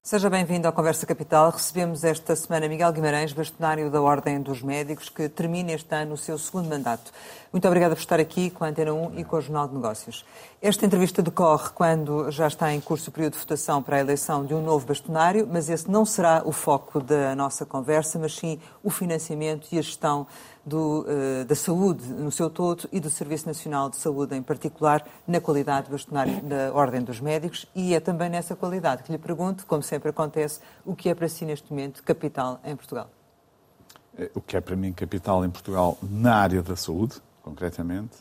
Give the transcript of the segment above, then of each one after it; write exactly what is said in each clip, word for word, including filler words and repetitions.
Seja bem-vindo ao Conversa Capital. Recebemos esta semana Miguel Guimarães, bastonário da Ordem dos Médicos, que termina este ano o seu segundo mandato. Muito obrigada por estar aqui com a Antena um e com o Jornal de Negócios. Esta entrevista decorre quando já está em curso o período de votação para a eleição de um novo bastonário, mas esse não será o foco da nossa conversa, mas sim o financiamento e a gestão do, uh, da saúde no seu todo e do Serviço Nacional de Saúde em particular, na qualidade de bastonário da Ordem dos Médicos, e é também nessa qualidade que lhe pergunto, como sempre acontece, o que é para si neste momento capital em Portugal? O que é para mim capital em Portugal na área da saúde, concretamente,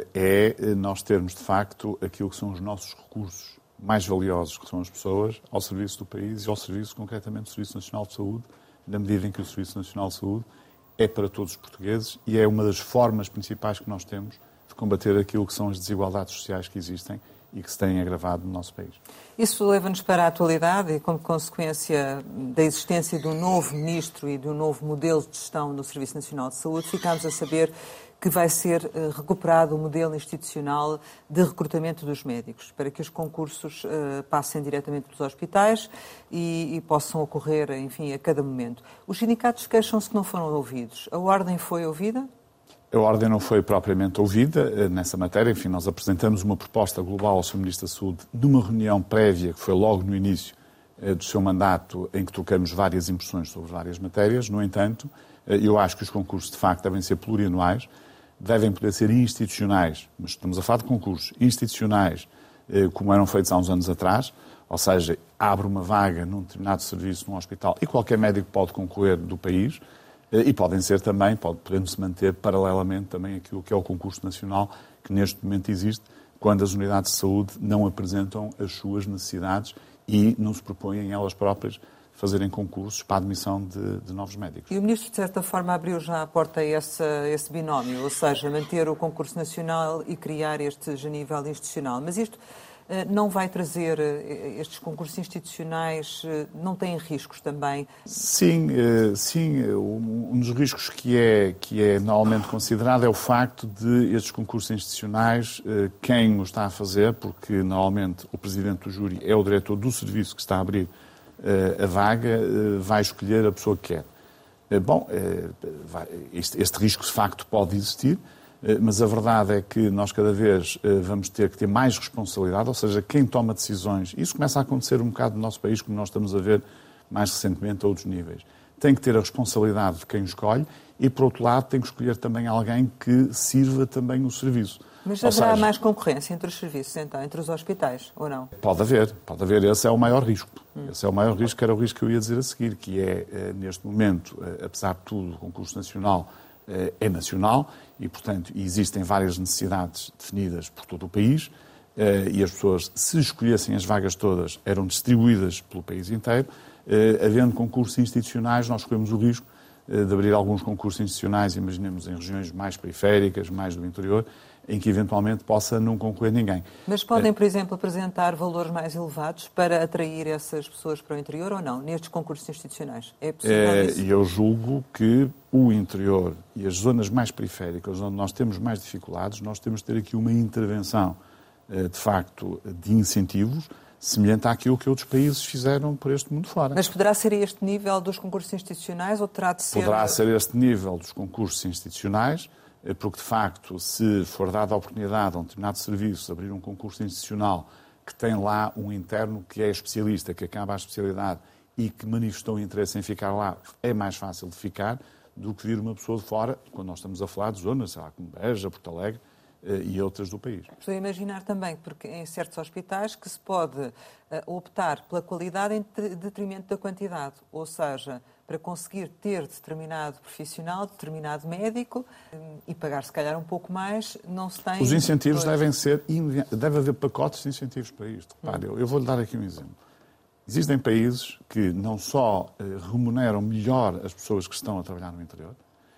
é nós termos, de facto, aquilo que são os nossos recursos mais valiosos, que são as pessoas, ao serviço do país e ao serviço, concretamente, do Serviço Nacional de Saúde, na medida em que o Serviço Nacional de Saúde é para todos os portugueses e é uma das formas principais que nós temos de combater aquilo que são as desigualdades sociais que existem e que se têm agravado no nosso país. Isso leva-nos para a atualidade e, como consequência da existência de um novo ministro e de um novo modelo de gestão no Serviço Nacional de Saúde, ficamos a saber que vai ser recuperado o modelo institucional de recrutamento dos médicos, para que os concursos uh, passem diretamente pelos hospitais e, e possam ocorrer, enfim, a cada momento. Os sindicatos queixam-se que não foram ouvidos. A Ordem foi ouvida? A Ordem não foi propriamente ouvida nessa matéria. Enfim, nós apresentamos uma proposta global ao senhor Ministro da Saúde numa reunião prévia, que foi logo no início do seu mandato, em que trocamos várias impressões sobre várias matérias. No entanto, eu acho que os concursos, de facto, devem ser plurianuais, devem poder ser institucionais, mas estamos a falar de concursos institucionais, como eram feitos há uns anos atrás, ou seja, abre uma vaga num determinado serviço num hospital e qualquer médico pode concorrer do país, e podem ser também, podemos-se manter paralelamente também aquilo que é o concurso nacional que neste momento existe, quando as unidades de saúde não apresentam as suas necessidades e não se propõem elas próprias fazerem concursos para a admissão de, de novos médicos. E o Ministro, de certa forma, abriu já a porta a esse, esse binómio, ou seja, manter o concurso nacional e criar estes a nível institucional. Mas isto não vai trazer, estes concursos institucionais, não têm riscos também? Sim, sim. Um dos riscos que é, que é normalmente considerado é o facto de estes concursos institucionais, quem o está a fazer, porque normalmente o Presidente do Júri é o diretor do serviço que está a abrir a vaga, vai escolher a pessoa que quer. Bom, este, este risco de facto pode existir, mas a verdade é que nós cada vez vamos ter que ter mais responsabilidade, ou seja, quem toma decisões, isso começa a acontecer um bocado no nosso país, como nós estamos a ver mais recentemente a outros níveis, tem que ter a responsabilidade de quem o escolhe e, por outro lado, tem que escolher também alguém que sirva também o serviço. Mas haverá seja, mais concorrência entre os serviços, então, entre os hospitais, ou não? Pode haver, pode haver. Esse é o maior risco. Hum. Esse é o maior risco, que era o risco que eu ia dizer a seguir, que é, neste momento, apesar de tudo, o concurso nacional é nacional e, portanto, existem várias necessidades definidas por todo o país e as pessoas, se escolhessem as vagas todas, eram distribuídas pelo país inteiro. Havendo concursos institucionais, nós corremos o risco de abrir alguns concursos institucionais, imaginemos, em regiões mais periféricas, mais do interior, em que eventualmente possa não concorrer ninguém. Mas podem, por exemplo, apresentar valores mais elevados para atrair essas pessoas para o interior ou não, nestes concursos institucionais? É possível isso? E eu julgo que o interior e as zonas mais periféricas, onde nós temos mais dificuldades, nós temos de ter aqui uma intervenção, de facto, de incentivos, semelhante àquilo que outros países fizeram por este mundo fora. Mas poderá ser este nível dos concursos institucionais ou terá de ser... Poderá ser este nível dos concursos institucionais, porque, de facto, se for dada a oportunidade a um determinado serviço de abrir um concurso institucional que tem lá um interno que é especialista, que acaba a especialidade e que manifestou interesse em ficar lá, é mais fácil de ficar do que vir uma pessoa de fora, quando nós estamos a falar de zonas, sei lá, como Beja, Porto Alegre e outras do país. Estou a imaginar também, porque em certos hospitais que se pode uh, optar pela qualidade em detrimento da quantidade, ou seja, para conseguir ter determinado profissional, determinado médico um, e pagar se calhar um pouco mais, não se tem... Os incentivos devem ser, deve haver pacotes de incentivos para isto. Repare, hum. eu vou-lhe dar aqui um exemplo. Existem países que não só uh, remuneram melhor as pessoas que estão a trabalhar no interior,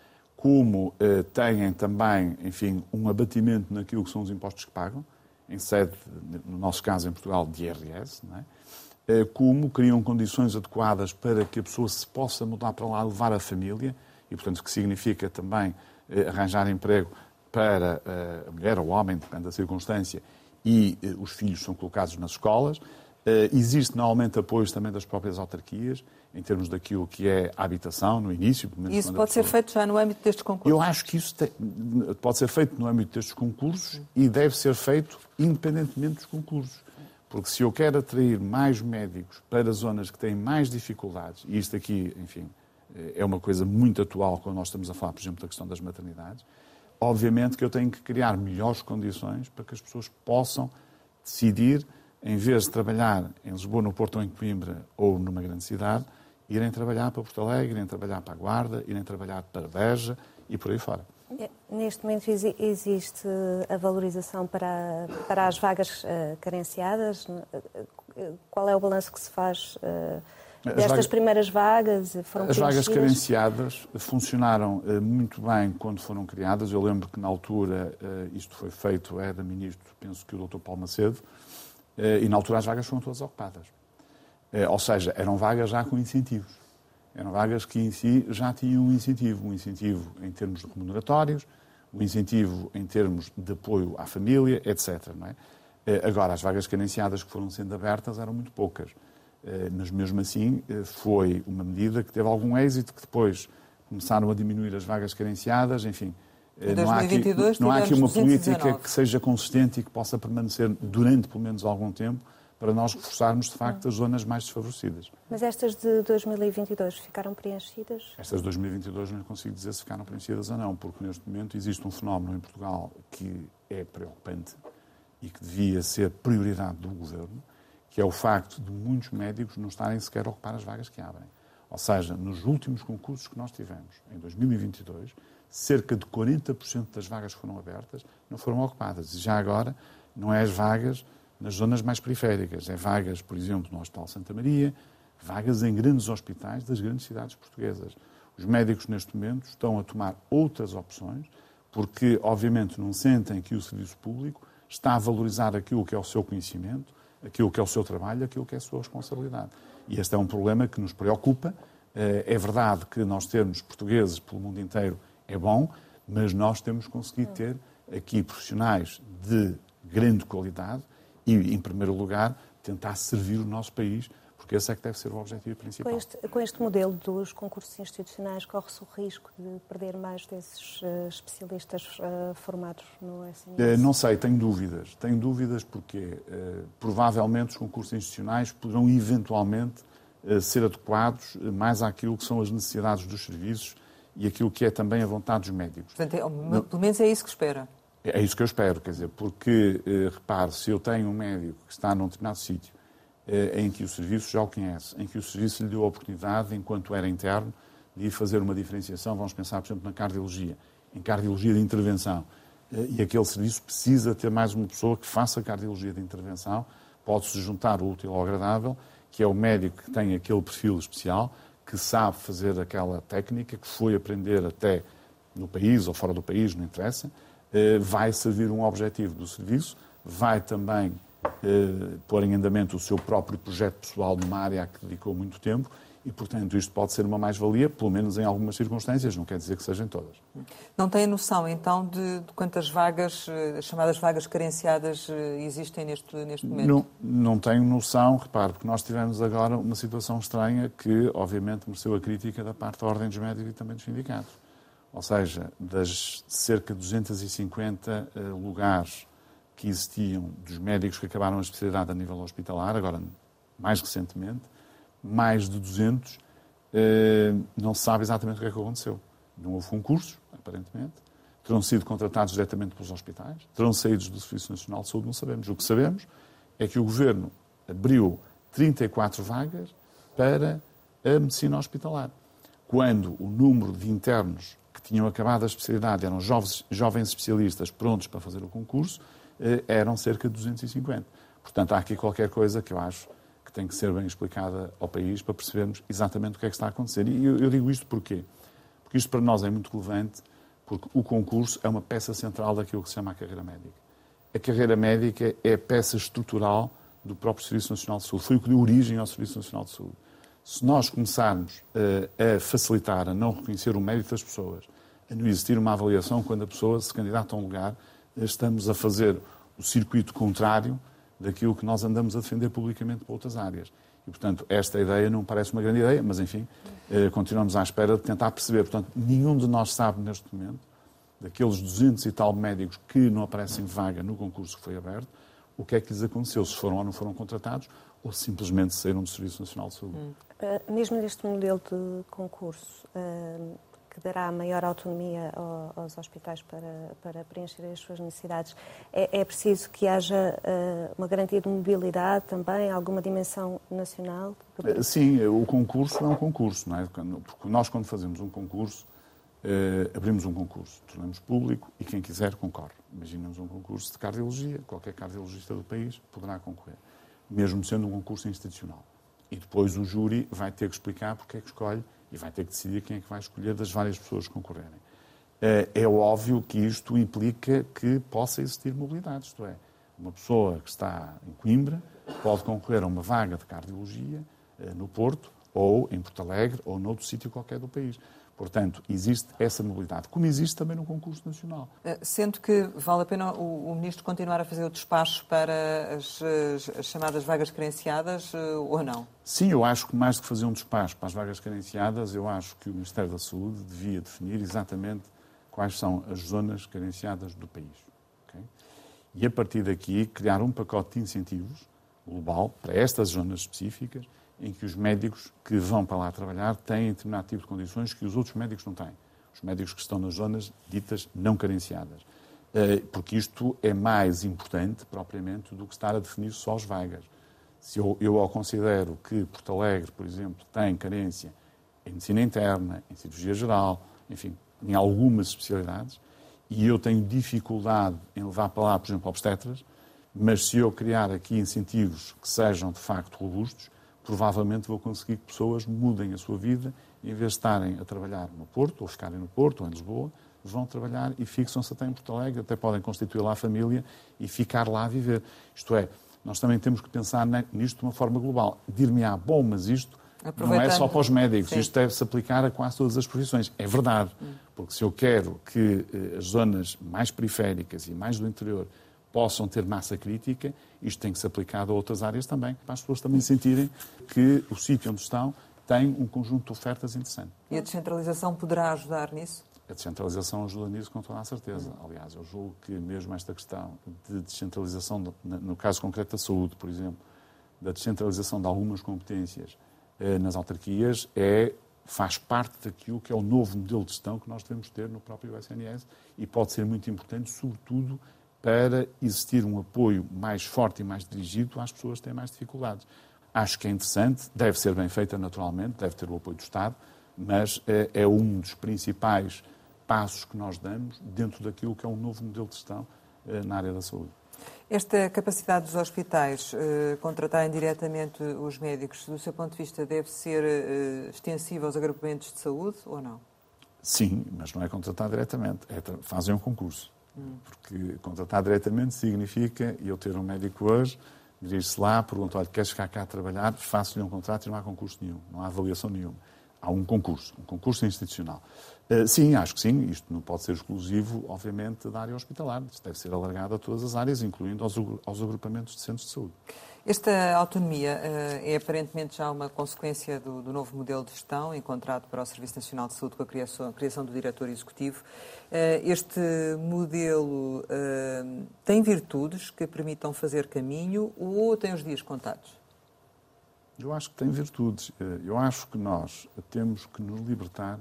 como eh, têm também, enfim, um abatimento naquilo que são os impostos que pagam, em sede, no nosso caso em Portugal, de I R S, não é? eh, como criam condições adequadas para que a pessoa se possa mudar para lá, levar a família, e, portanto, o que significa também eh, arranjar emprego para eh, a mulher ou o homem, depende da circunstância, e eh, os filhos são colocados nas escolas. Uh, existe normalmente apoios também das próprias autarquias, em termos daquilo que é a habitação, no início. Pelo menos isso quando pode pessoa... ser feito já no âmbito destes concursos? Eu acho que isso tem... pode ser feito no âmbito destes concursos hum. e deve ser feito independentemente dos concursos. Porque se eu quero atrair mais médicos para zonas que têm mais dificuldades, e isto aqui, enfim, é uma coisa muito atual quando nós estamos a falar, por exemplo, da questão das maternidades, obviamente que eu tenho que criar melhores condições para que as pessoas possam decidir, em vez de trabalhar em Lisboa, no Porto ou em Coimbra ou numa grande cidade, irem trabalhar para Porto Alegre, irem trabalhar para a Guarda, irem trabalhar para Beja e por aí fora. Neste momento existe a valorização para, para as vagas uh, carenciadas? Qual é o balanço que se faz uh, destas vagas, primeiras vagas? Foram as vagas carenciadas funcionaram uh, muito bem quando foram criadas. Eu lembro que na altura uh, isto foi feito, era ministro, penso que o doutor Paulo Macedo, uh, e na altura as vagas foram todas ocupadas. Uh, ou seja, eram vagas já com incentivos. Eram vagas que em si já tinham um incentivo, um incentivo em termos remuneratórios, um incentivo em termos de apoio à família, etcétera. Não é? Agora, as vagas carenciadas que foram sendo abertas eram muito poucas, mas mesmo assim foi uma medida que teve algum êxito, que depois começaram a diminuir as vagas carenciadas, enfim. Em não há aqui, não há aqui uma política que seja consistente e que possa permanecer durante pelo menos algum tempo, para nós reforçarmos, de facto, as zonas mais desfavorecidas. Mas estas de dois mil e vinte e dois ficaram preenchidas? Estas de dois mil e vinte e dois não consigo dizer se ficaram preenchidas ou não, porque neste momento existe um fenómeno em Portugal que é preocupante e que devia ser prioridade do Governo, que é o facto de muitos médicos não estarem sequer a ocupar as vagas que abrem. Ou seja, nos últimos concursos que nós tivemos, em dois mil e vinte e dois, cerca de quarenta por cento das vagas que foram abertas não foram ocupadas. E já agora não é as vagas nas zonas mais periféricas. É vagas, por exemplo, no Hospital Santa Maria, vagas em grandes hospitais das grandes cidades portuguesas. Os médicos, neste momento, estão a tomar outras opções, porque, obviamente, não sentem que o serviço público está a valorizar aquilo que é o seu conhecimento, aquilo que é o seu trabalho, aquilo que é a sua responsabilidade. E este é um problema que nos preocupa. É verdade que nós termos portugueses pelo mundo inteiro é bom, mas nós temos conseguido ter aqui profissionais de grande qualidade e, em primeiro lugar, tentar servir o nosso país, porque esse é que deve ser o objetivo principal. Com este, com este modelo dos concursos institucionais, corre-se o risco de perder mais desses uh, especialistas uh, formados no S N S? Uh, não sei, tenho dúvidas. Tenho dúvidas porque uh, provavelmente os concursos institucionais poderão eventualmente uh, ser adequados mais àquilo que são as necessidades dos serviços e aquilo que é também a vontade dos médicos. Portanto, é, pelo menos é isso que espera. É isso que eu espero, quer dizer, porque, eh, repare, se eu tenho um médico que está num determinado sítio eh, em que o serviço já o conhece, em que o serviço lhe deu a oportunidade, enquanto era interno, de ir fazer uma diferenciação, vamos pensar, por exemplo, na cardiologia, em cardiologia de intervenção, eh, e aquele serviço precisa ter mais uma pessoa que faça cardiologia de intervenção, pode-se juntar o útil ao agradável, que é o médico que tem aquele perfil especial, que sabe fazer aquela técnica, que foi aprender até no país ou fora do país, não interessa, vai servir um objetivo do serviço, vai também eh, pôr em andamento o seu próprio projeto pessoal numa área a que dedicou muito tempo e, portanto, isto pode ser uma mais-valia, pelo menos em algumas circunstâncias, não quer dizer que sejam todas. Não tem noção, então, de, de quantas vagas, as chamadas vagas carenciadas, existem neste, neste momento? Não, não tenho noção, repare, porque nós tivemos agora uma situação estranha que, obviamente, mereceu a crítica da parte da Ordem dos Médicos e também dos sindicatos. Ou seja, das cerca de duzentos e cinquenta uh, lugares que existiam dos médicos que acabaram a especialidade a nível hospitalar, agora mais recentemente, mais de duzentos, uh, não se sabe exatamente o que é que aconteceu. Não houve concursos, aparentemente, terão sido contratados diretamente pelos hospitais, terão saído do Serviço Nacional de Saúde, não sabemos. O que sabemos é que o Governo abriu trinta e quatro vagas para a medicina hospitalar, quando o número de internos que tinham acabado a especialidade, eram jovens, jovens especialistas prontos para fazer o concurso, eh, eram cerca de duzentos e cinquenta. Portanto, há aqui qualquer coisa que eu acho que tem que ser bem explicada ao país para percebermos exatamente o que é que está a acontecer. E eu, eu digo isto porquê? Porque isto para nós é muito relevante, porque o concurso é uma peça central daquilo que se chama a carreira médica. A carreira médica é a peça estrutural do próprio Serviço Nacional de Saúde. Foi o que deu origem ao Serviço Nacional de Saúde. Se nós começarmos uh, a facilitar, a não reconhecer o mérito das pessoas, a não existir uma avaliação quando a pessoa se candidata a um lugar, estamos a fazer o circuito contrário daquilo que nós andamos a defender publicamente para outras áreas. E, portanto, esta ideia não parece uma grande ideia, mas, enfim, eh, continuamos à espera de tentar perceber. Portanto, nenhum de nós sabe, neste momento, daqueles duzentos e tal médicos que não aparecem vaga no concurso que foi aberto, o que é que lhes aconteceu, se foram ou não foram contratados, ou simplesmente saíram do Serviço Nacional de Saúde. Uh, mesmo neste modelo de concurso, uh, que dará maior autonomia ao, aos hospitais para, para preencher as suas necessidades, é, é preciso que haja uh, uma garantia de mobilidade também, alguma dimensão nacional? Sim, o concurso é um concurso, não é? Porque nós, quando fazemos um concurso, uh, abrimos um concurso, tornamos público e quem quiser concorre. Imaginemos um concurso de cardiologia, qualquer cardiologista do país poderá concorrer, mesmo sendo um concurso institucional. E depois o júri vai ter que explicar porque é que escolhe e vai ter que decidir quem é que vai escolher das várias pessoas que concorrerem. É óbvio que isto implica que possa existir mobilidade, isto é, uma pessoa que está em Coimbra pode concorrer a uma vaga de cardiologia no Porto ou em Porto Alegre ou noutro sítio qualquer do país. Portanto, existe essa mobilidade, como existe também no concurso nacional. Sendo que vale a pena o, o Ministro continuar a fazer o despacho para as, as, as chamadas vagas carenciadas ou não? Sim, eu acho que mais do que fazer um despacho para as vagas carenciadas, eu acho que o Ministério da Saúde devia definir exatamente quais são as zonas carenciadas do país. Okay? E a partir daqui criar um pacote de incentivos global para estas zonas específicas em que os médicos que vão para lá trabalhar têm determinado tipo de condições que os outros médicos não têm. Os médicos que estão nas zonas ditas não carenciadas. Porque isto é mais importante, propriamente, do que estar a definir só as vagas. Se eu, eu ao considero que Porto Alegre, por exemplo, tem carência em medicina interna, em cirurgia geral, enfim, em algumas especialidades, e eu tenho dificuldade em levar para lá, por exemplo, obstetras, mas se eu criar aqui incentivos que sejam, de facto, robustos, provavelmente vou conseguir que pessoas mudem a sua vida e, em vez de estarem a trabalhar no Porto, ou ficarem no Porto, ou em Lisboa, vão trabalhar e fixam-se até em Porto Alegre, até podem constituir lá a família e ficar lá a viver. Isto é, nós também temos que pensar nisto de uma forma global. Dir-me-á, bom, mas isto não é só para os médicos, Sim. isto deve-se aplicar a quase todas as profissões. É verdade, hum. porque se eu quero que eh, as zonas mais periféricas e mais do interior possam ter massa crítica, isto tem que ser aplicado a outras áreas também, para as pessoas também sentirem que o sítio onde estão tem um conjunto de ofertas interessante. E a descentralização poderá ajudar nisso? A descentralização ajuda nisso com toda a certeza. Aliás, eu julgo que mesmo esta questão de descentralização, no caso concreto da saúde, por exemplo, da descentralização de algumas competências eh, nas autarquias, é, faz parte daquilo que é o novo modelo de gestão que nós devemos ter no próprio S N S e pode ser muito importante, sobretudo, para existir um apoio mais forte e mais dirigido às pessoas que têm mais dificuldades. Acho que é interessante, deve ser bem feita naturalmente, deve ter o apoio do Estado, mas é, é um dos principais passos que nós damos dentro daquilo que é um novo modelo de gestão eh, na área da saúde. Esta capacidade dos hospitais eh, contratarem diretamente os médicos, do seu ponto de vista, deve ser eh, extensiva aos agrupamentos de saúde ou não? Sim, mas não é contratar diretamente, é, fazem um concurso. Porque contratar diretamente significa eu ter um médico hoje, dirigir-se lá, perguntar, olha, queres ficar cá a trabalhar? Faço-lhe um contrato e não há concurso nenhum, não há avaliação nenhuma. Há um concurso, um concurso institucional. Uh, sim, acho que sim, isto não pode ser exclusivo, obviamente, da área hospitalar. Isto deve ser alargado a todas as áreas, incluindo aos, aos agrupamentos de centros de saúde. Esta autonomia uh, é aparentemente já uma consequência do, do novo modelo de gestão encontrado para o Serviço Nacional de Saúde com a criação, a criação do diretor executivo. Uh, este modelo uh, tem virtudes que permitam fazer caminho ou tem os dias contados? Eu acho que tem virtudes. Eu acho que nós temos que nos libertar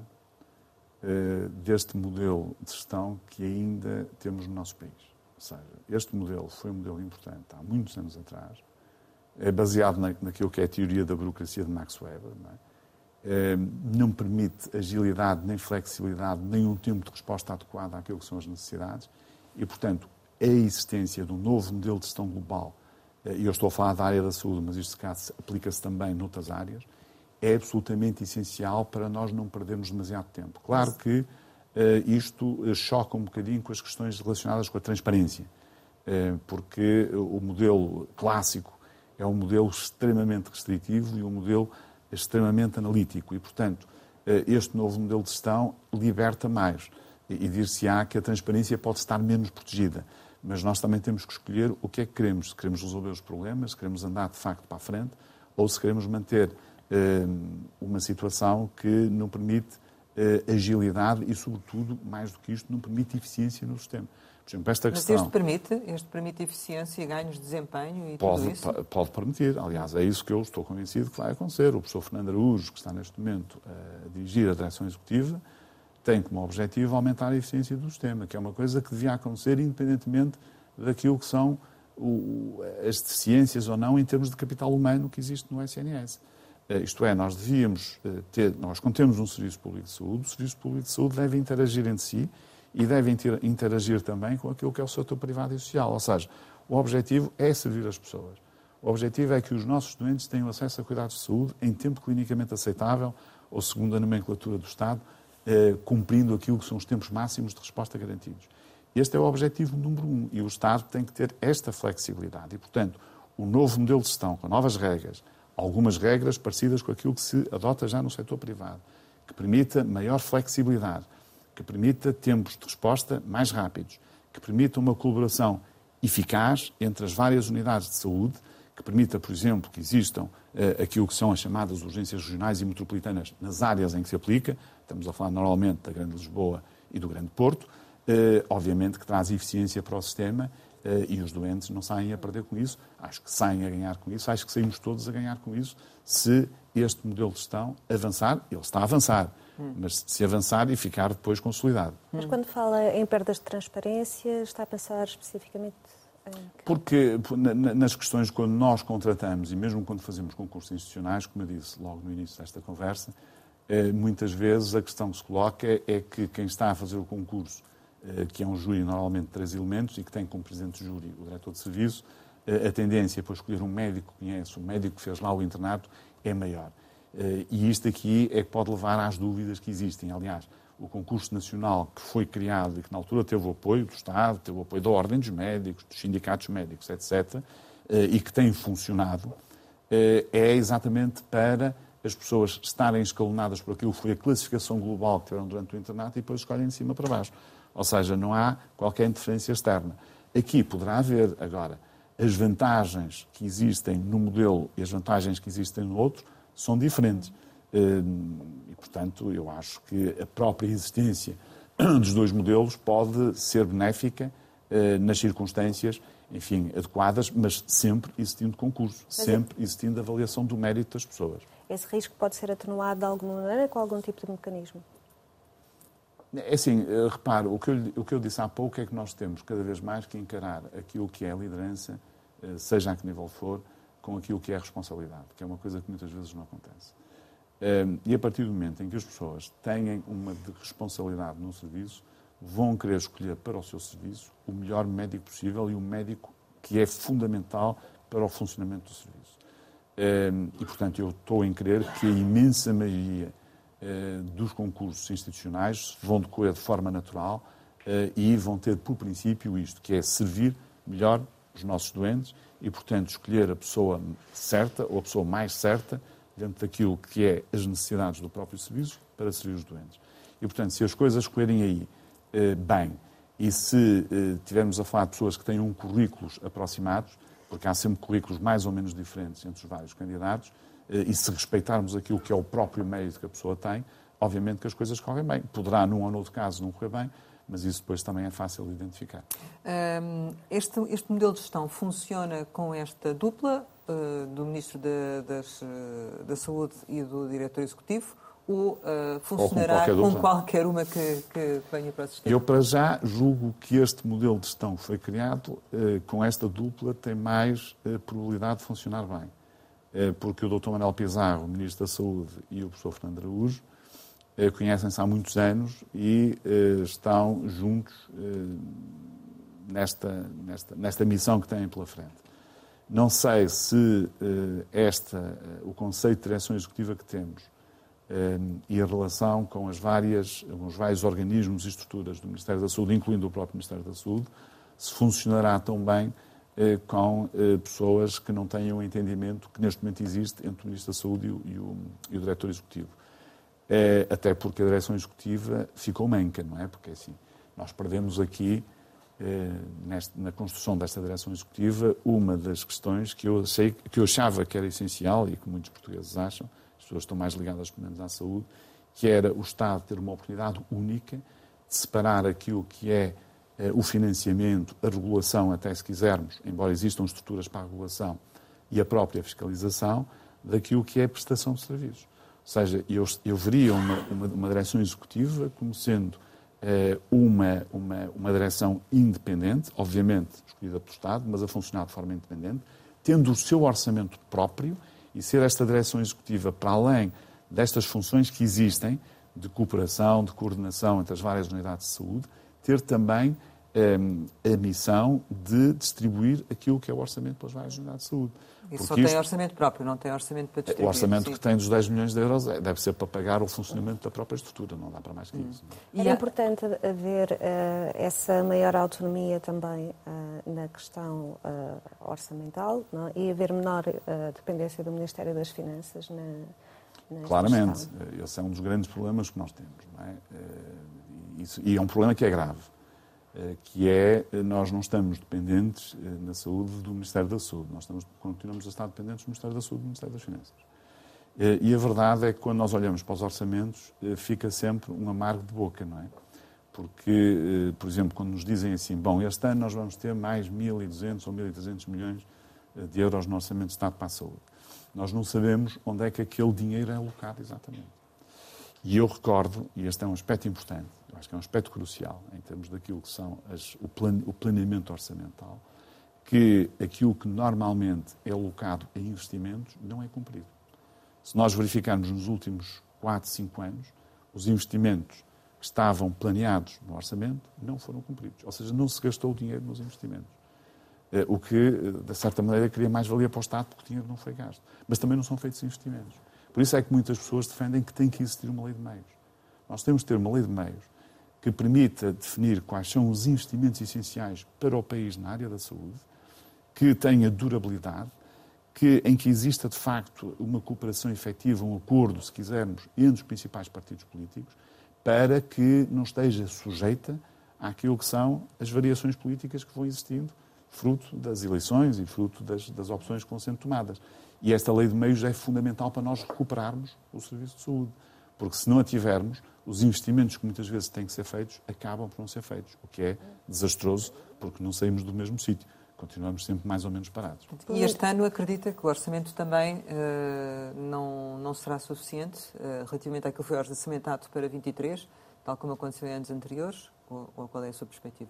uh, deste modelo de gestão que ainda temos no nosso país. Ou seja, este modelo foi um modelo importante há muitos anos atrás, é baseado na, naquilo que é a teoria da burocracia de Max Weber, não é? É, não permite agilidade, nem flexibilidade, nem um tempo de resposta adequado àquilo que são as necessidades e, portanto, a existência de um novo modelo de gestão global, e eu estou a falar da área da saúde, mas isto caso aplica-se também noutras áreas, é absolutamente essencial para nós não perdermos demasiado tempo. Claro que uh, isto choca um bocadinho com as questões relacionadas com a transparência, uh, porque o modelo clássico é um modelo extremamente restritivo e um modelo extremamente analítico e, portanto, este novo modelo de gestão liberta mais e dir-se-á que a transparência pode estar menos protegida. mas nós também temos que escolher o que é que queremos. Se queremos resolver os problemas, se queremos andar de facto para a frente, ou se queremos manter eh, uma situação que não permite eh, agilidade e, sobretudo, mais do que isto, não permite eficiência no sistema. Por exemplo, esta Mas questão... este permite, este permite eficiência e ganhos de desempenho e pode, tudo isso? Pode permitir. Aliás, é isso que eu estou convencido que vai acontecer. O professor Fernando Araújo, que está neste momento a dirigir a direção executiva, tem como objetivo aumentar a eficiência do sistema, que é uma coisa que devia acontecer independentemente daquilo que são o, as deficiências ou não em termos de capital humano que existe no S N S. Isto é, nós devíamos ter, nós quando temos um Serviço Público de Saúde, o Serviço Público de Saúde deve interagir entre si e deve interagir também com aquilo que é o setor privado e social. Ou seja, o objetivo é servir as pessoas. O objetivo é que os nossos doentes tenham acesso a cuidados de saúde em tempo clinicamente aceitável ou segundo a nomenclatura do Estado, eh, cumprindo aquilo que são os tempos máximos de resposta garantidos. Este é o objetivo número um e o Estado tem que ter esta flexibilidade. E, portanto, o novo modelo de gestão, com novas regras, algumas regras parecidas com aquilo que se adota já no setor privado, que permita maior flexibilidade, que permita tempos de resposta mais rápidos, que permita uma colaboração eficaz entre as várias unidades de saúde, que permita, por exemplo, que existam uh, aquilo que são as chamadas urgências regionais e metropolitanas nas áreas em que se aplica, estamos a falar normalmente da Grande Lisboa e do Grande Porto, uh, obviamente que traz eficiência para o sistema uh, e os doentes não saem a perder com isso, acho que saem a ganhar com isso, acho que saímos todos a ganhar com isso, se este modelo de gestão avançar, ele está a avançar, hum. mas se avançar e ficar depois consolidado. Mas quando fala em perdas de transparência, está a pensar especificamente... Porque nas questões, quando nós contratamos e mesmo quando fazemos concursos institucionais, como eu disse logo no início desta conversa, muitas vezes a questão que se coloca é que quem está a fazer o concurso, que é um júri normalmente de três elementos e que tem como presidente de júri o diretor de serviço, a tendência para escolher um médico que conhece, um médico que fez lá o internato, é maior. E isto aqui é que pode levar às dúvidas que existem. Aliás, o concurso nacional que foi criado e que na altura teve o apoio do Estado, teve o apoio da Ordem dos Médicos, dos sindicatos médicos, etcétera, e que tem funcionado, é exatamente para as pessoas estarem escalonadas por aquilo que foi a classificação global que tiveram durante o internato e depois escolhem de cima para baixo. Ou seja, não há qualquer interferência externa. Aqui poderá haver, agora, as vantagens que existem no modelo e as vantagens que existem no outro são diferentes. E, portanto, eu acho que a própria existência dos dois modelos pode ser benéfica nas circunstâncias, enfim, adequadas, mas sempre existindo concurso, mas sempre é... existindo avaliação do mérito das pessoas. Esse risco pode ser atenuado de alguma maneira com algum tipo de mecanismo? É assim, repare, o que, eu, o que eu disse há pouco é que nós temos cada vez mais que encarar aquilo que é a liderança, seja a que nível for, com aquilo que é a responsabilidade, que é uma coisa que muitas vezes não acontece. E a partir do momento em que as pessoas têm uma responsabilidade no serviço, vão querer escolher para o seu serviço o melhor médico possível e o médico que é fundamental para o funcionamento do serviço. E, portanto, eu estou em crer que a imensa maioria dos concursos institucionais vão decorrer de forma natural e vão ter por princípio isto, que é servir melhor os nossos doentes e, portanto, escolher a pessoa certa ou a pessoa mais certa dentro daquilo que é as necessidades do próprio serviço para servir os doentes. E, portanto, se as coisas correrem aí eh, bem e se eh, tivermos a falar de pessoas que tenham currículos aproximados, porque há sempre currículos mais ou menos diferentes entre os vários candidatos, eh, e se respeitarmos aquilo que é o próprio mérito que a pessoa tem, obviamente que as coisas correm bem. Poderá, num ou noutro caso, não correr bem, mas isso depois também é fácil de identificar. Um, este, este modelo de gestão funciona com esta dupla uh, do Ministro de, das, uh, da Saúde e do Diretor Executivo ou uh, funcionará ou com, qualquer, com qualquer uma que, que venha para o sistema? Eu, para já, julgo que este modelo de gestão que foi criado, uh, com esta dupla, tem mais uh, probabilidade de funcionar bem. Uh, porque o doutor Manuel Pizarro, Ministro da Saúde, e o professor Fernando Araújo conhecem-se há muitos anos e uh, estão juntos uh, nesta, nesta, nesta missão que têm pela frente. Não sei se uh, esta, uh, o conceito de direção executiva que temos uh, e a relação com, as várias, com os vários organismos e estruturas do Ministério da Saúde, incluindo o próprio Ministério da Saúde, se funcionará tão bem uh, com uh, pessoas que não tenham o entendimento que neste momento existe entre o Ministro da Saúde e o, e o, e o Diretor Executivo. É, até porque a direção executiva ficou manca, não é? Porque assim, nós perdemos aqui na construção desta direção executiva, uma das questões que eu, achei, que eu achava que era essencial e que muitos portugueses acham, as pessoas estão mais ligadas, pelo menos, à saúde, que era o Estado ter uma oportunidade única de separar aquilo que é o financiamento, a regulação, até se quisermos, embora existam estruturas para a regulação, e a própria fiscalização, daquilo que é a prestação de serviços. Ou seja, eu, eu veria uma, uma, uma direção executiva como sendo eh, uma, uma, uma direção independente, obviamente escolhida pelo Estado, mas a funcionar de forma independente, tendo o seu orçamento próprio e ser esta direção executiva, para além destas funções que existem, de cooperação, de coordenação entre as várias unidades de saúde, ter também eh, a missão de distribuir aquilo que é o orçamento pelas várias unidades de saúde. E só tem isto, orçamento próprio, não tem orçamento para distribuir. O orçamento sim. que tem dos dez milhões de euros deve ser para pagar o funcionamento da própria estrutura, não dá para mais que hum. isso. Não? Era importante haver uh, essa maior autonomia também uh, na questão uh, orçamental, não? E haver menor uh, dependência do Ministério das Finanças na, na Claramente, questão. Esse é um dos grandes problemas que nós temos, não é? Isso, e é um problema que é grave, que é, nós não estamos dependentes na saúde do Ministério da Saúde, nós estamos, continuamos a estar dependentes do Ministério da Saúde e do Ministério das Finanças. E a verdade é que quando nós olhamos para os orçamentos, fica sempre um amargo de boca, não é? Porque, por exemplo, quando nos dizem assim, bom, este ano nós vamos ter mais mil e duzentos ou mil e trezentos milhões de euros no Orçamento de Estado para a saúde, nós não sabemos onde é que aquele dinheiro é alocado exatamente. E eu recordo, e este é um aspecto importante, eu acho que é um aspecto crucial em termos daquilo que são as, o, plane, o planeamento orçamental, que aquilo que normalmente é alocado a investimentos não é cumprido. Se nós verificarmos nos últimos quatro, cinco anos, os investimentos que estavam planeados no orçamento não foram cumpridos. Ou seja, não se gastou o dinheiro nos investimentos. O que, de certa maneira, cria mais valia para o Estado porque o dinheiro não foi gasto. Mas também não são feitos investimentos. Por isso é que muitas pessoas defendem que tem que existir uma lei de meios. Nós temos de ter uma lei de meios que permita definir quais são os investimentos essenciais para o país na área da saúde, que tenha durabilidade, que, em que exista, de facto, uma cooperação efetiva, um acordo, se quisermos, entre os principais partidos políticos, para que não esteja sujeita àquilo que são as variações políticas que vão existindo, fruto das eleições e fruto das, das opções que vão sendo tomadas. E esta lei de meios é fundamental para nós recuperarmos o serviço de saúde. Porque se não a tivermos, os investimentos que muitas vezes têm que ser feitos acabam por não ser feitos, o que é desastroso, porque não saímos do mesmo sítio. Continuamos sempre mais ou menos parados. E este ano acredita que o orçamento também uh, não, não será suficiente uh, relativamente àquilo que foi orçamentado para vinte e três, tal como aconteceu em anos anteriores? Ou, ou qual é a sua perspectiva?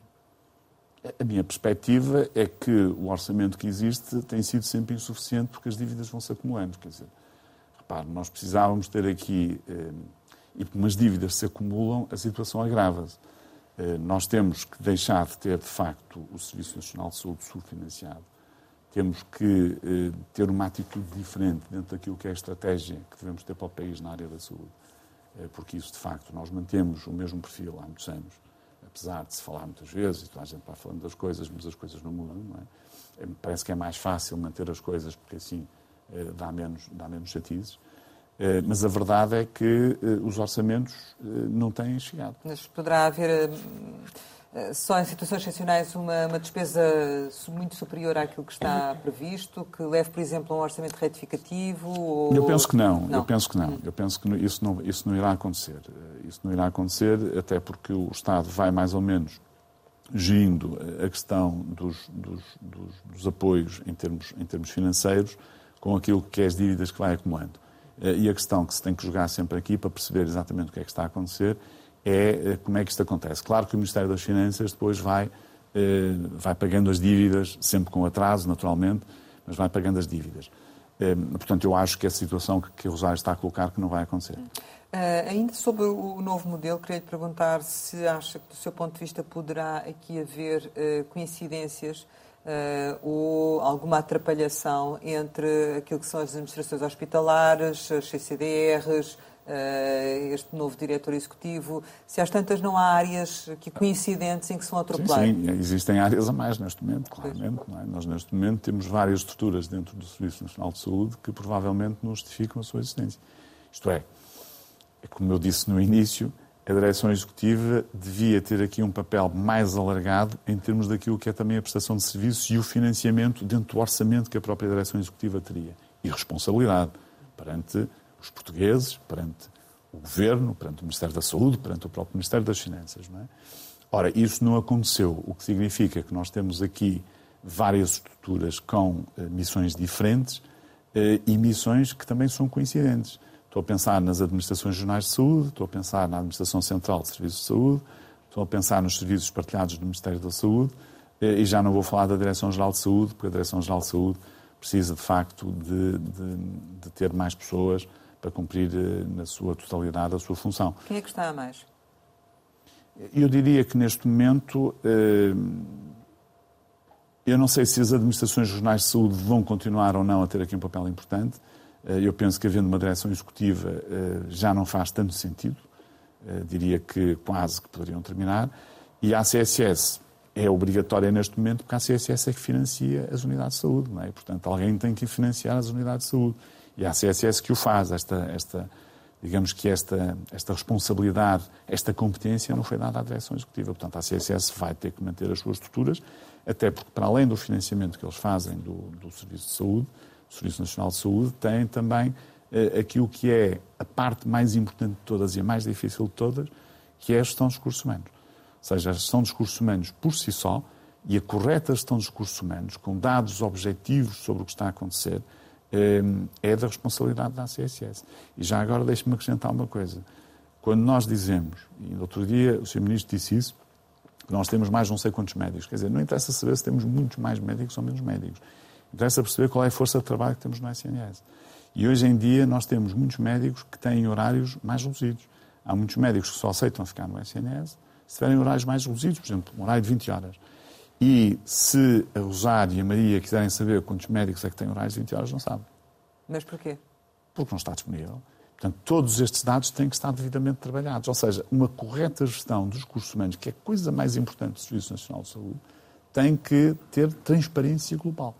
A minha perspectiva é que o orçamento que existe tem sido sempre insuficiente porque as dívidas vão se acumulando. Quer dizer, repare, nós precisávamos ter aqui, eh, e como as dívidas se acumulam, a situação agrava-se. Eh, nós temos que deixar de ter, de facto, o Serviço Nacional de Saúde subfinanciado. Temos que eh, ter uma atitude diferente dentro daquilo que é a estratégia que devemos ter para o país na área da saúde. Eh, porque isso, de facto, nós mantemos o mesmo perfil há muitos anos. Apesar de se falar muitas vezes, e toda a gente vai falando das coisas, mas as coisas não mudam, não é? Parece que é mais fácil manter as coisas, porque assim eh, dá menos, dá menos chatizes. Eh, mas a verdade é que eh, os orçamentos eh, não têm chegado. Mas poderá haver, eh, só em situações excepcionais, uma, uma despesa muito superior àquilo que está previsto, que leve, por exemplo, a um orçamento retificativo? Ou... Eu penso que não, não. eu penso que não. Eu penso que isso não, isso não irá acontecer. Isso não irá acontecer, até porque o Estado vai mais ou menos gerindo a questão dos, dos, dos, dos apoios em termos, em termos financeiros com aquilo que é as dívidas que vai acumulando. E a questão que se tem que jogar sempre aqui para perceber exatamente o que é que está a acontecer é como é que isto acontece. Claro que o Ministério das Finanças depois vai, vai pagando as dívidas, sempre com atraso, naturalmente, mas vai pagando as dívidas. Portanto, eu acho que a situação que a Rosário está a colocar que não vai acontecer. Uh, ainda sobre o novo modelo, queria lhe perguntar se acha que, do seu ponto de vista, poderá aqui haver uh, coincidências uh, ou alguma atrapalhação entre aquilo que são as administrações hospitalares, as C C D Rs, uh, este novo diretor executivo, se às tantas não há áreas que coincidentes em que se vão atropelar? Sim, sim, existem áreas a mais neste momento, claramente. Não é? Nós, neste momento, temos várias estruturas dentro do Serviço Nacional de Saúde que provavelmente não justificam a sua existência. Isto é, como eu disse no início, a direção executiva devia ter aqui um papel mais alargado em termos daquilo que é também a prestação de serviços e o financiamento dentro do orçamento que a própria direção executiva teria. E responsabilidade perante os portugueses, perante o Governo, perante o Ministério da Saúde, perante o próprio Ministério das Finanças. Não é? Ora, isso não aconteceu, o que significa que nós temos aqui várias estruturas com eh, missões diferentes eh, e missões que também são coincidentes. Estou a pensar nas administrações regionais de saúde, estou a pensar na Administração Central de Serviços de Saúde, estou a pensar nos serviços partilhados do Ministério da Saúde eh, e já não vou falar da Direção-Geral de Saúde, porque a Direção-Geral de Saúde precisa, de facto, de, de, de ter mais pessoas para cumprir eh, na sua totalidade a sua função. Quem é que está a mais? Eu diria que, neste momento, eh, eu não sei se as administrações regionais de saúde vão continuar ou não a ter aqui um papel importante. Eu penso que, havendo uma direção executiva, já não faz tanto sentido. Diria que quase que poderiam terminar. E a A C S S é obrigatória neste momento, porque a A C S S é que financia as unidades de saúde. Não é? E, portanto, alguém tem que financiar as unidades de saúde. E a A C S S que o faz. Esta, esta, digamos que esta, esta responsabilidade, esta competência não foi dada à direção executiva. Portanto, a A C S S vai ter que manter as suas estruturas, até porque, para além do financiamento que eles fazem do, do Serviço de Saúde, o Serviço Nacional de Saúde, tem também eh, aquilo que é a parte mais importante de todas e a mais difícil de todas, que é a gestão dos recursos humanos. Ou seja, a gestão dos recursos humanos por si só e a correta gestão dos recursos humanos, com dados objetivos sobre o que está a acontecer, eh, é da responsabilidade da A C S S. E já agora deixe-me acrescentar uma coisa. Quando nós dizemos, e no outro dia o senhor Ministro disse isso, que nós temos mais não sei quantos médicos. Quer dizer, não interessa saber se temos muitos mais médicos ou menos médicos. Interessa perceber qual é a força de trabalho que temos no S N S. E hoje em dia nós temos muitos médicos que têm horários mais reduzidos. Há muitos médicos que só aceitam ficar no S N S se tiverem horários mais reduzidos, por exemplo, um horário de vinte horas. E se a Rosário e a Maria quiserem saber quantos médicos é que têm horários de vinte horas, não sabem. Mas porquê? Porque não está disponível. Portanto, todos estes dados têm que estar devidamente trabalhados. Ou seja, uma correta gestão dos recursos humanos, que é a coisa mais importante do Serviço Nacional de Saúde, tem que ter transparência global.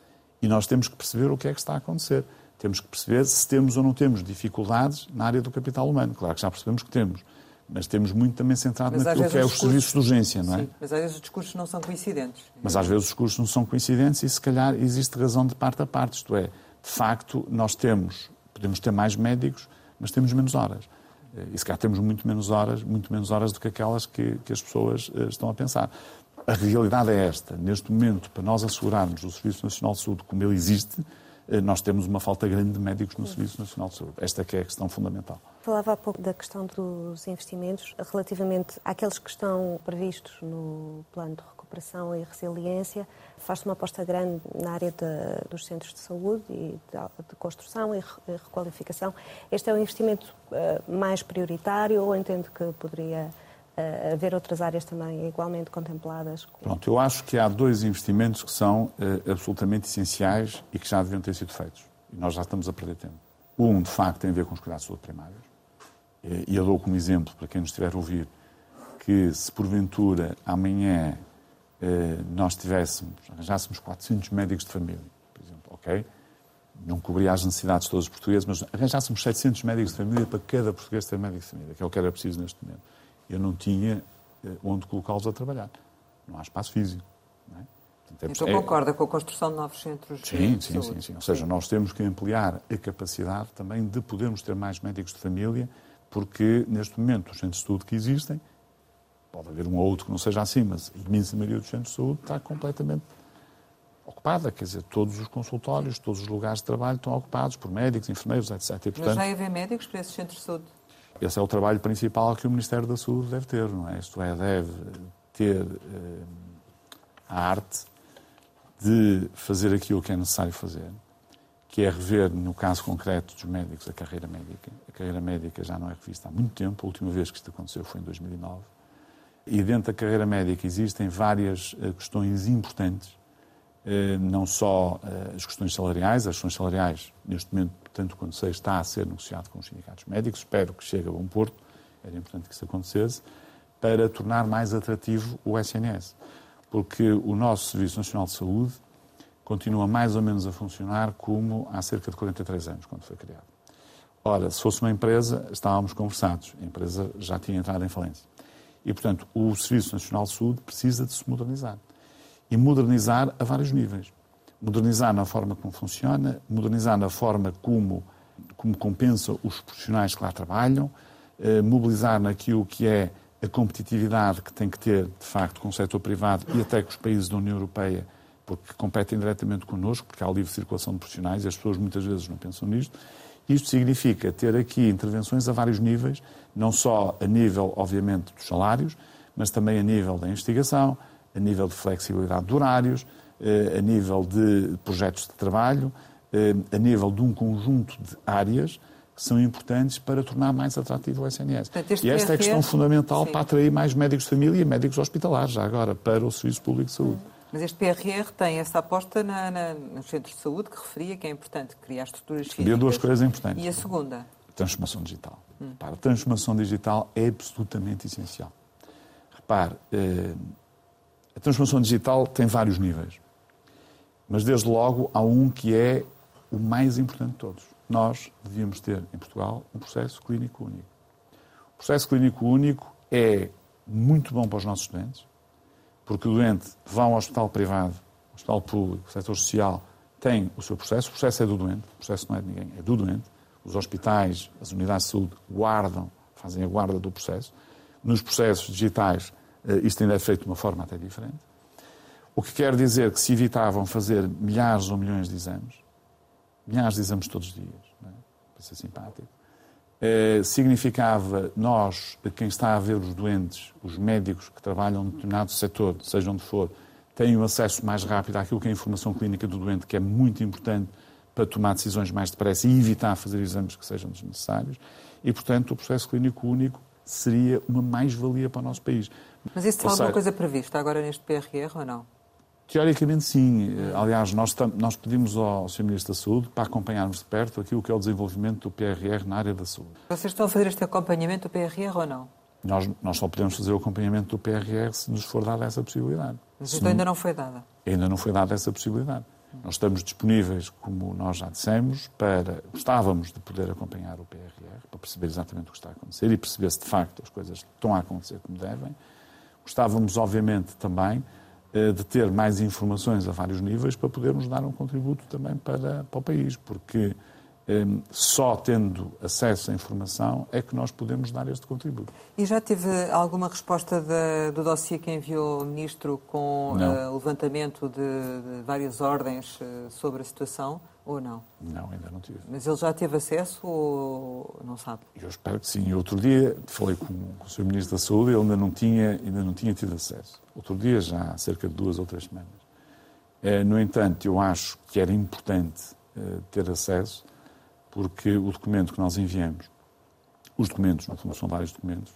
E nós temos que perceber o que é que está a acontecer. Temos que perceber se temos ou não temos dificuldades na área do capital humano. Claro que já percebemos que temos, mas temos muito também centrado mas naquilo que é os discursos... serviços de urgência, não é? Sim, mas às vezes os discursos não são coincidentes. Mas às vezes os discursos não são coincidentes e, se calhar, existe razão de parte a parte. Isto é, de facto, nós temos, podemos ter mais médicos, mas temos menos horas. E se calhar temos muito menos horas, muito menos horas do que aquelas que, que as pessoas uh, estão a pensar. A realidade é esta. Neste momento, para nós assegurarmos o Serviço Nacional de Saúde como ele existe, uh, nós temos uma falta grande de médicos no Serviço Nacional de Saúde. Esta é que é a questão fundamental. Falava há pouco da questão dos investimentos, relativamente àqueles que estão previstos no Plano de Recuperação e Resiliência. Faz-se uma aposta grande na área de, dos centros de saúde e de, de construção e requalificação. Este é um investimento uh, mais prioritário ou entende que poderia uh, haver outras áreas também igualmente contempladas? Pronto, eu acho que há dois investimentos que são uh, absolutamente essenciais e que já deviam ter sido feitos. E nós já estamos a perder tempo. Um, de facto, tem a ver com os cuidados de saúde primários. E eu dou como exemplo, para quem nos estiver a ouvir, que se porventura amanhã nós tivéssemos, arranjássemos quatrocentos médicos de família, por exemplo, ok? Não cobria as necessidades de todos os portugueses, mas arranjássemos setecentos médicos de família para cada português ter médico de família, que é o que era preciso neste momento. Eu não tinha onde colocá-los a trabalhar. Não há espaço físico. Não é? Portanto, é... Então concorda com a construção de novos centros de sim, saúde? Sim, sim, sim. Ou seja, sim. Nós temos que ampliar a capacidade também de podermos ter mais médicos de família, porque neste momento os centros de saúde que existem, pode haver um ou outro que não seja assim, mas a imensa maioria dos centros de saúde está completamente ocupada. Quer dizer, todos os consultórios, todos os lugares de trabalho estão ocupados por médicos, enfermeiros, etcétera. E, portanto, mas vai haver médicos para esses centros de saúde? Esse é o trabalho principal que o Ministério da Saúde deve ter, não é? Isto é, deve ter eh, a arte de fazer aquilo que é necessário fazer, que é rever, no caso concreto dos médicos, a carreira médica. A carreira médica já não é revista há muito tempo. A última vez que isto aconteceu foi em dois mil e nove. E dentro da carreira médica existem várias uh, questões importantes, uh, não só uh, as questões salariais. As questões salariais, neste momento, tanto quanto sei, está a ser negociado com os sindicatos médicos. Espero que chegue a bom porto, era importante que isso acontecesse, para tornar mais atrativo o S N S. Porque o nosso Serviço Nacional de Saúde continua mais ou menos a funcionar como há cerca de quarenta e três anos, quando foi criado. Ora, se fosse uma empresa, estávamos conversados. A empresa já tinha entrado em falência. E, portanto, o Serviço Nacional de Saúde precisa de se modernizar. E modernizar a vários níveis. Modernizar na forma como funciona, modernizar na forma como, como compensa os profissionais que lá trabalham, eh, mobilizar naquilo que é a competitividade que tem que ter, de facto, com o setor privado e até com os países da União Europeia, porque competem diretamente connosco, porque há livre circulação de profissionais e as pessoas muitas vezes não pensam nisto. Isto significa ter aqui intervenções a vários níveis, não só a nível, obviamente, dos salários, mas também a nível da investigação, a nível de flexibilidade de horários, a nível de projetos de trabalho, a nível de um conjunto de áreas que são importantes para tornar mais atrativo o S N S. Portanto, e esta é a questão fundamental, sim, para atrair mais médicos de família e médicos hospitalares, já agora, para o Serviço Público de Saúde. Hum. Mas este P R R tem essa aposta na, na, nos centros de saúde, que referia que é importante criar estruturas físicas. Havia duas coisas importantes. E a segunda? A transformação digital. Hum. Repare, a transformação digital é absolutamente essencial. Repare, a transformação digital tem vários níveis. Mas, desde logo, há um que é o mais importante de todos. Nós devíamos ter, em Portugal, um processo clínico único. O processo clínico único é muito bom para os nossos doentes, porque o doente vai ao hospital privado, ao hospital público, o setor social, tem o seu processo. O processo é do doente, o processo não é de ninguém, é do doente. Os hospitais, as unidades de saúde guardam, fazem a guarda do processo. Nos processos digitais, isto ainda é feito de uma forma até diferente. O que quer dizer que se evitavam fazer milhares ou milhões de exames, milhares de exames todos os dias, não é? Para ser simpático, eh, significava nós, quem está a ver os doentes, os médicos que trabalham em determinado setor, seja onde for, têm um acesso mais rápido àquilo que é a informação clínica do doente, que é muito importante para tomar decisões mais depressa e evitar fazer exames que sejam desnecessários. E, portanto, o processo clínico único seria uma mais-valia para o nosso país. Mas isso tem alguma coisa prevista agora neste P R R ou não? Teoricamente, sim. Aliás, nós, nós pedimos ao senhor Ministro da Saúde para acompanharmos de perto aquilo que é o desenvolvimento do P R R na área da saúde. Vocês estão a fazer este acompanhamento do P R R ou não? Nós, nós só podemos fazer o acompanhamento do P R R se nos for dada essa possibilidade. Mas então ainda não foi dada? Ainda não foi dada essa possibilidade. Hum. Nós estamos disponíveis, como nós já dissemos, para... Gostávamos de poder acompanhar o P R R, para perceber exatamente o que está a acontecer e perceber se, de facto, as coisas estão a acontecer como devem. Gostávamos, obviamente, também de ter mais informações a vários níveis para podermos dar um contributo também para, para o país, porque eh, só tendo acesso à informação é que nós podemos dar este contributo. E já teve alguma resposta de, do dossiê que enviou o Ministro com uh, o levantamento de, de várias ordens uh, sobre a situação, ou não? Não, ainda não tive. Mas ele já teve acesso ou não sabe? Eu espero que sim. Outro dia falei com, com o senhor Ministro da Saúde e ele ainda não tinha, ainda não tinha tido acesso. Outro dia, já há cerca de duas ou três semanas. Eh, no entanto, eu acho que era importante eh, ter acesso, porque o documento que nós enviamos, os documentos, no fundo são vários documentos,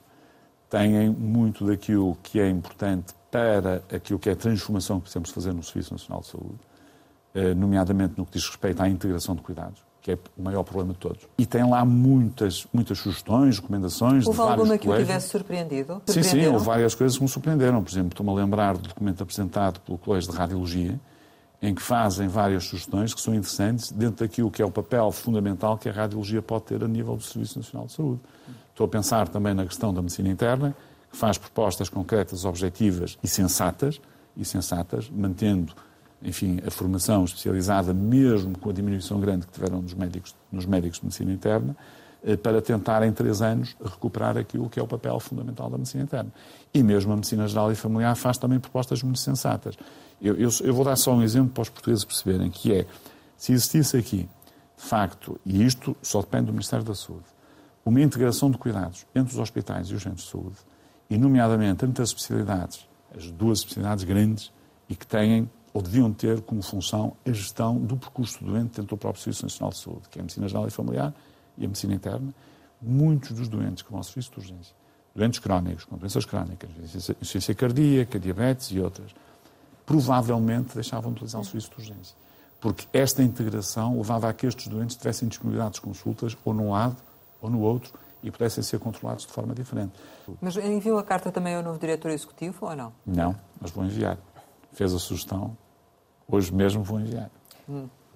têm muito daquilo que é importante para aquilo que é a transformação que precisamos fazer no Serviço Nacional de Saúde, eh, nomeadamente no que diz respeito à integração de cuidados, que é o maior problema de todos. E tem lá muitas, muitas sugestões, recomendações houve de vários alguma que colégios. o tivesse surpreendido? Sim, sim, houve várias coisas que me surpreenderam. Por exemplo, estou-me a lembrar do documento apresentado pelo Colégio de Radiologia, em que fazem várias sugestões que são interessantes dentro daquilo que é o papel fundamental que a radiologia pode ter a nível do Serviço Nacional de Saúde. Estou a pensar também na questão da medicina interna, que faz propostas concretas, objetivas e sensatas, e sensatas, mantendo, enfim, a formação especializada, mesmo com a diminuição grande que tiveram nos médicos, nos médicos de medicina interna, para tentar, em três anos, recuperar aquilo que é o papel fundamental da medicina interna. E mesmo a medicina geral e familiar faz também propostas muito sensatas. Eu, eu, eu vou dar só um exemplo para os portugueses perceberem, que é, se existisse aqui, de facto, e isto só depende do Ministério da Saúde, uma integração de cuidados entre os hospitais e os centros de saúde, e nomeadamente entre as especialidades, as duas especialidades grandes, e que têm, ou deviam ter como função, a gestão do percurso do doente dentro do próprio Serviço Nacional de Saúde, que é a medicina geral e familiar e a medicina interna. Muitos dos doentes que vão ao serviço de urgência, doentes crónicos, com doenças crónicas, insuficiência cardíaca, diabetes e outras, provavelmente deixavam de utilizar o serviço de urgência. Porque esta integração levava a que estes doentes tivessem disponibilidade de consultas ou num lado ou no outro e pudessem ser controlados de forma diferente. Mas enviou a carta também ao novo diretor executivo ou não? Não, mas vou enviar. Fez a sugestão, hoje mesmo vou enviar. Hum.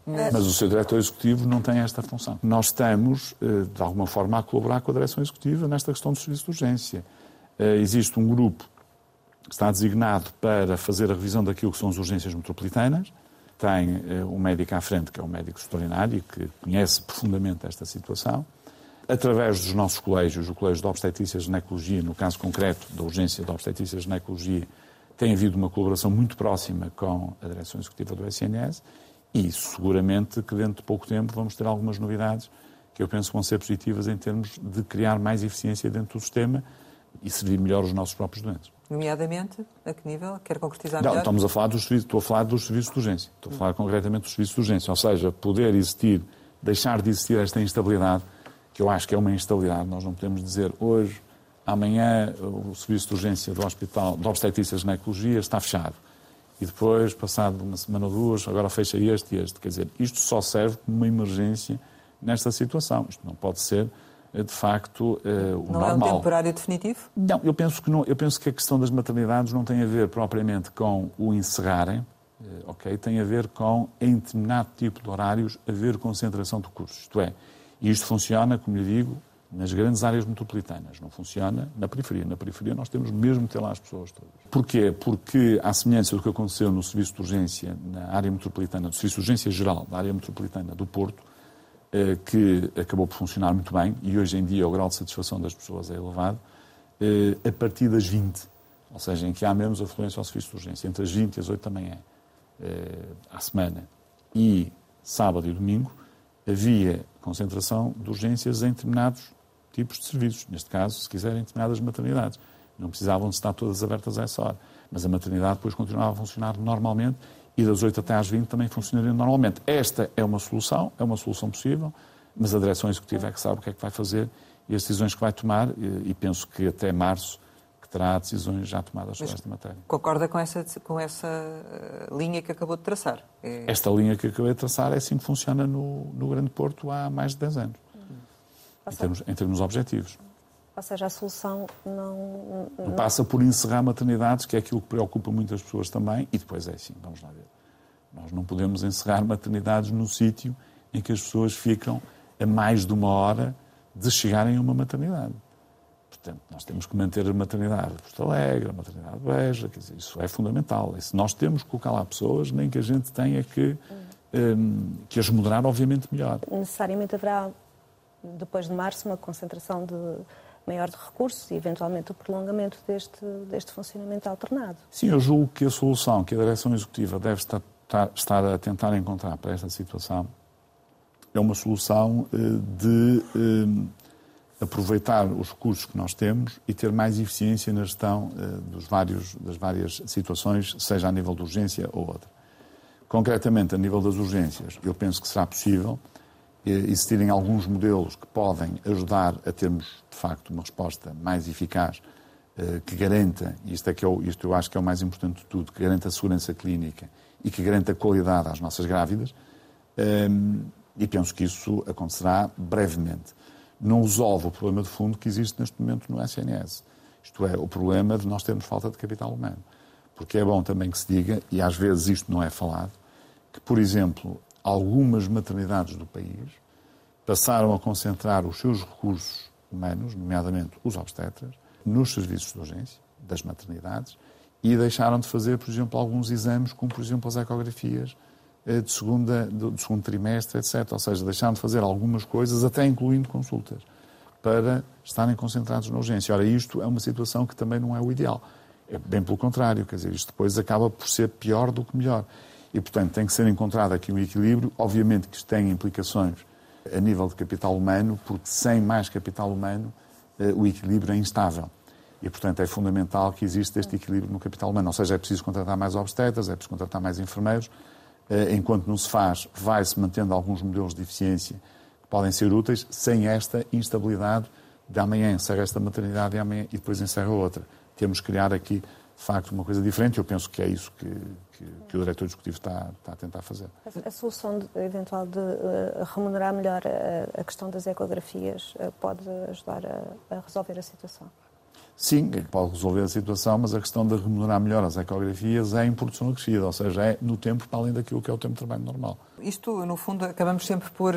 Mas... Mas o seu diretor executivo não tem esta função. Nós estamos, de alguma forma, a colaborar com a direção executiva nesta questão do serviço de urgência. Existe um grupo que está designado para fazer a revisão daquilo que são as urgências metropolitanas. Tem um médico à frente, que é um médico extraordinário, que conhece profundamente esta situação. Através dos nossos colégios, o Colégio de Obstetrícia e Ginecologia, no caso concreto da urgência de Obstetrícia e Ginecologia, tem havido uma colaboração muito próxima com a direção executiva do S N S e seguramente que dentro de pouco tempo vamos ter algumas novidades que eu penso vão ser positivas em termos de criar mais eficiência dentro do sistema e servir melhor os nossos próprios doentes. Nomeadamente, a que nível? Quer concretizar Não, melhor? Estamos a falar dos serviços, estou a falar dos serviços de urgência. Estou a falar concretamente dos serviços de urgência. Ou seja, poder existir, deixar de existir esta instabilidade, que eu acho que é uma instabilidade. Nós não podemos dizer hoje, amanhã, o serviço de urgência do Hospital de Obstetrícia e Ginecologia está fechado. E depois, passado uma semana ou duas, agora fecha este e este. Quer dizer, isto só serve como uma emergência nesta situação. Isto não pode ser, de facto, uh, o não normal. Não é um temporário definitivo? Não, eu penso que não. Eu penso que a questão das maternidades não tem a ver propriamente com o encerrarem, uh, ok? Tem a ver com, em determinado tipo de horários, haver concentração de recursos. Isto é, e isto funciona, como lhe digo, nas grandes áreas metropolitanas. Não funciona na periferia. Na periferia nós temos mesmo que ter lá as pessoas todas. Porquê? Porque, à semelhança do que aconteceu no serviço de urgência na área metropolitana, do serviço de urgência geral da área metropolitana do Porto, que acabou por funcionar muito bem, e hoje em dia o grau de satisfação das pessoas é elevado, a partir das vinte, ou seja, em que há menos afluência ao serviço de urgência, entre as vinte e as oito da manhã, à semana, e sábado e domingo, havia concentração de urgências em determinados tipos de serviços. Neste caso, se quiserem, em determinadas maternidades. Não precisavam de estar todas abertas a essa hora. Mas a maternidade depois continuava a funcionar normalmente e das oito até às vinte também funcionaria normalmente. Esta é uma solução, é uma solução possível, mas a direção executiva é que sabe o que é que vai fazer e as decisões que vai tomar, e penso que até março que terá decisões já tomadas sobre esta matéria. Concorda com essa, com essa linha que acabou de traçar? É... Esta linha que acabei de traçar é assim que funciona no, no Grande Porto há mais de dez anos. Em termos, em termos objetivos. Ou seja, a solução não, não... Passa por encerrar maternidades, que é aquilo que preocupa muitas pessoas também, e depois é assim, vamos lá ver. Nós não podemos encerrar maternidades no sítio em que as pessoas ficam a mais de uma hora de chegarem a uma maternidade. Portanto, nós temos que manter a maternidade de Porto Alegre, a maternidade de Beja, quer dizer, isso é fundamental. E se nós temos que colocar lá pessoas, nem que a gente tenha que, um, que as moderar, obviamente, melhor. Necessariamente haverá, depois de março, uma concentração de maior de recursos e, eventualmente, o prolongamento deste, deste funcionamento alternado. Sim, eu julgo que a solução que a direção executiva deve estar, estar a tentar encontrar para esta situação é uma solução de eh, aproveitar os recursos que nós temos e ter mais eficiência na gestão eh, dos vários, das várias situações, seja a nível de urgência ou outra. Concretamente, a nível das urgências, eu penso que será possível existirem alguns modelos que podem ajudar a termos, de facto, uma resposta mais eficaz, que garanta, e isto, é que eu, isto eu acho que é o mais importante de tudo, que garanta a segurança clínica e que garanta a qualidade às nossas grávidas, e penso que isso acontecerá brevemente. Não resolve o problema de fundo que existe neste momento no S N S. Isto é, o problema de nós termos falta de capital humano. Porque é bom também que se diga, e às vezes isto não é falado, que, por exemplo, algumas maternidades do país passaram a concentrar os seus recursos humanos, nomeadamente os obstetras, nos serviços de urgência das maternidades e deixaram de fazer, por exemplo, alguns exames, como, por exemplo, as ecografias de, segunda, de segundo trimestre, etcétera. Ou seja, deixaram de fazer algumas coisas, até incluindo consultas, para estarem concentrados na urgência. Ora, isto é uma situação que também não é o ideal. É bem pelo contrário, quer dizer, isto depois acaba por ser pior do que melhor. E, portanto, tem que ser encontrado aqui um equilíbrio. Obviamente que isto tem implicações a nível de capital humano, porque sem mais capital humano o equilíbrio é instável. E, portanto, é fundamental que exista este equilíbrio no capital humano. Ou seja, é preciso contratar mais obstetras, é preciso contratar mais enfermeiros. Enquanto não se faz, vai-se mantendo alguns modelos de eficiência que podem ser úteis, sem esta instabilidade de amanhã encerra esta maternidade e, amanhã, e depois encerra outra. Temos que criar aqui, de facto, uma coisa diferente. Eu penso que é isso que, que, que o diretor executivo está, está a tentar fazer. A, a solução de, eventual de uh, remunerar melhor a, a questão das ecografias uh, pode ajudar a, a resolver a situação? Sim, pode resolver a situação, mas a questão de remunerar melhor as ecografias é em produção acrescida, ou seja, é no tempo para além daquilo que é o tempo de trabalho normal. Isto, no fundo, acabamos sempre por uh,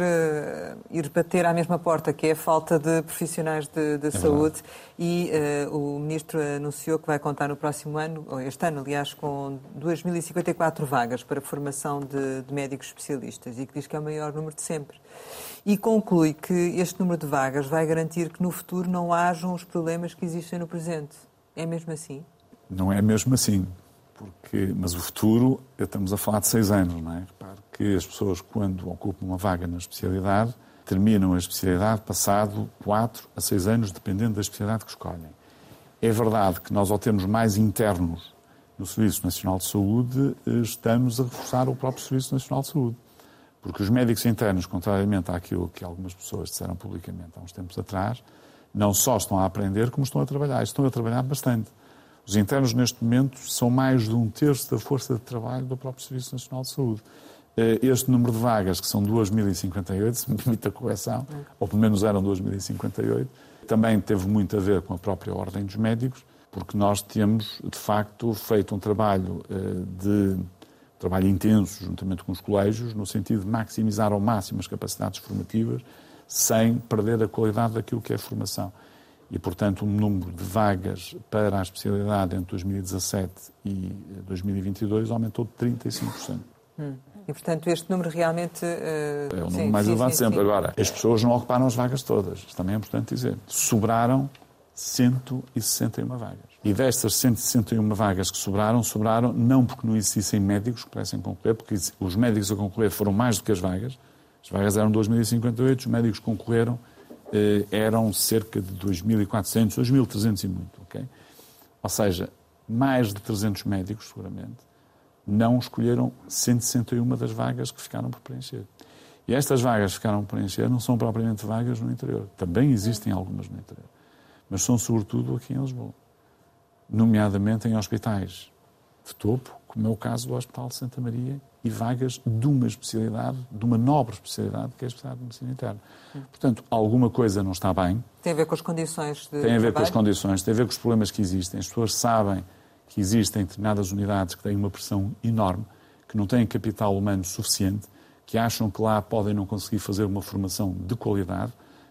ir bater à mesma porta, que é a falta de profissionais de, de é saúde. Verdade. E uh, o Ministro anunciou que vai contar no próximo ano, ou este ano, aliás, com duas mil e cinquenta e quatro vagas para formação de, de médicos especialistas, e que diz que é o maior número de sempre. E conclui que este número de vagas vai garantir que no futuro não hajam os problemas que existem no presente. É mesmo assim? Não é mesmo assim. Porque, mas o futuro, estamos a falar de seis anos, não é? Repare que as pessoas, quando ocupam uma vaga na especialidade, terminam a especialidade passado quatro a seis anos, dependendo da especialidade que escolhem. É verdade que nós, ao termos mais internos no Serviço Nacional de Saúde, estamos a reforçar o próprio Serviço Nacional de Saúde. Porque os médicos internos, contrariamente àquilo que algumas pessoas disseram publicamente há uns tempos atrás, não só estão a aprender, como estão a trabalhar. Estão a trabalhar bastante. Os internos, neste momento, são mais de um terço da força de trabalho do próprio Serviço Nacional de Saúde. Este número de vagas, que são duas mil e cinquenta e oito, se me permite a correção, ou pelo menos eram duas mil e cinquenta e oito, também teve muito a ver com a própria Ordem dos Médicos, porque nós temos, de facto, feito um trabalho de... trabalho intenso, juntamente com os colégios, no sentido de maximizar ao máximo as capacidades formativas, sem perder a qualidade daquilo que é a formação. E, portanto, o número de vagas para a especialidade entre dois mil e dezassete e dois mil e vinte e dois aumentou de trinta e cinco por cento. Hum. E, portanto, este número realmente... Uh... É o número sim, mais sim, elevado sim, sempre. Sim. Agora, as pessoas não ocuparam as vagas todas. Isto também é importante dizer. Sobraram cento e sessenta e uma vagas. E destas cento e sessenta e uma vagas que sobraram, sobraram não porque não existissem médicos que pudessem concorrer, porque os médicos a concorrer foram mais do que as vagas. As vagas eram dois mil e cinquenta e oito, os médicos que concorreram eh, eram cerca de dois mil e quatrocentos, dois mil e trezentos e muito. Okay? Ou seja, mais de trezentos médicos, seguramente, não escolheram cento e sessenta e uma das vagas que ficaram por preencher. E estas vagas que ficaram por preencher não são propriamente vagas no interior. Também existem algumas no interior. Mas são sobretudo aqui em Lisboa. Nomeadamente em hospitais de topo, como é o caso do Hospital de Santa Maria, e vagas de uma especialidade, de uma nobre especialidade, que é a especialidade de medicina interna. Hum. Portanto, alguma coisa não está bem. Tem a ver com as condições de Tem a ver trabalho? com as condições, tem a ver com os problemas que existem. As pessoas sabem que existem determinadas unidades que têm uma pressão enorme, que não têm capital humano suficiente, que acham que lá podem não conseguir fazer uma formação de qualidade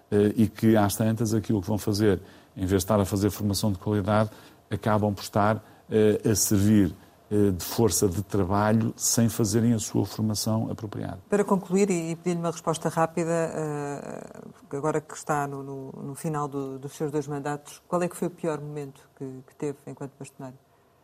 e que, às tantas, aquilo que vão fazer, em vez de estar a fazer formação de qualidade, acabam por estar uh, a servir uh, de força de trabalho sem fazerem a sua formação apropriada. Para concluir, e pedir-lhe uma resposta rápida, uh, agora que está no, no, no final do, dos seus dois mandatos, qual é que foi o pior momento que, que teve enquanto bastonário?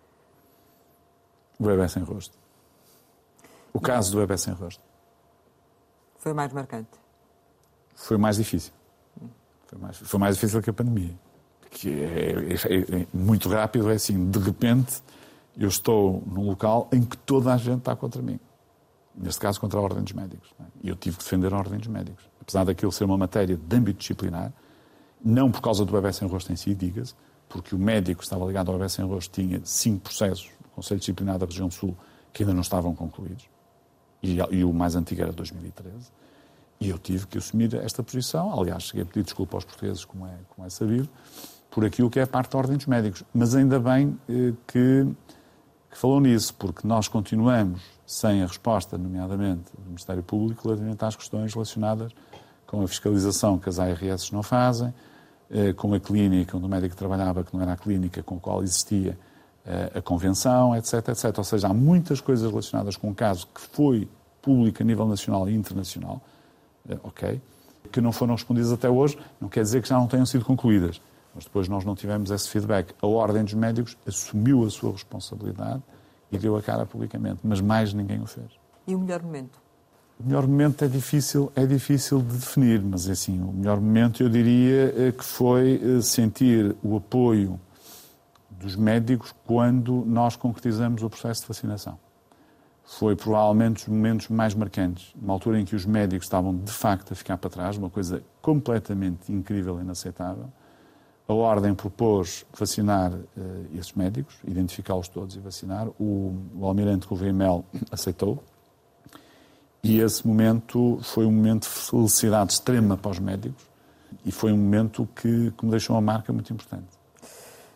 O bebé sem rosto. O e caso do bebé sem rosto. Foi o mais marcante? Foi o mais difícil. Hum. Foi mais, foi mais difícil que a pandemia. Que é, é, é muito rápido, é assim, de repente eu estou num local em que toda a gente está contra mim. Neste caso, contra a Ordem dos Médicos. E eu tive que defender a Ordem dos Médicos. Apesar daquilo ser uma matéria de âmbito disciplinar, não por causa do bebé sem rosto em si, diga-se, porque o médico que estava ligado ao bebé sem rosto tinha cinco processos do Conselho Disciplinar da Região Sul que ainda não estavam concluídos. E, e o mais antigo era dois mil e treze. E eu tive que assumir esta posição. Aliás, cheguei a pedir desculpa aos portugueses, como é, como é sabido, por aquilo que é a parte da Ordem dos Médicos. Mas ainda bem eh, que, que falou nisso, porque nós continuamos sem a resposta, nomeadamente do Ministério Público, relativamente às questões relacionadas com a fiscalização que as A R S não fazem, eh, com a clínica onde o médico trabalhava, que não era a clínica com a qual existia eh, a convenção, etc, etcétera. Ou seja, há muitas coisas relacionadas com o caso que foi público a nível nacional e internacional, eh, ok, que não foram respondidas até hoje. Não quer dizer que já não tenham sido concluídas. Mas depois nós não tivemos esse feedback. A Ordem dos Médicos assumiu a sua responsabilidade e deu a cara publicamente, mas mais ninguém o fez. E o melhor momento? O melhor momento é difícil, é difícil de definir, mas assim, o melhor momento eu diria que foi sentir o apoio dos médicos quando nós concretizamos o processo de vacinação. Foi provavelmente os momentos mais marcantes, uma altura em que os médicos estavam de facto a ficar para trás, uma coisa completamente incrível e inaceitável. A Ordem propôs vacinar uh, esses médicos, identificá-los todos e vacinar. O, o almirante Gouveia Mel aceitou. E esse momento foi um momento de felicidade extrema para os médicos e foi um momento que, que me deixou uma marca muito importante.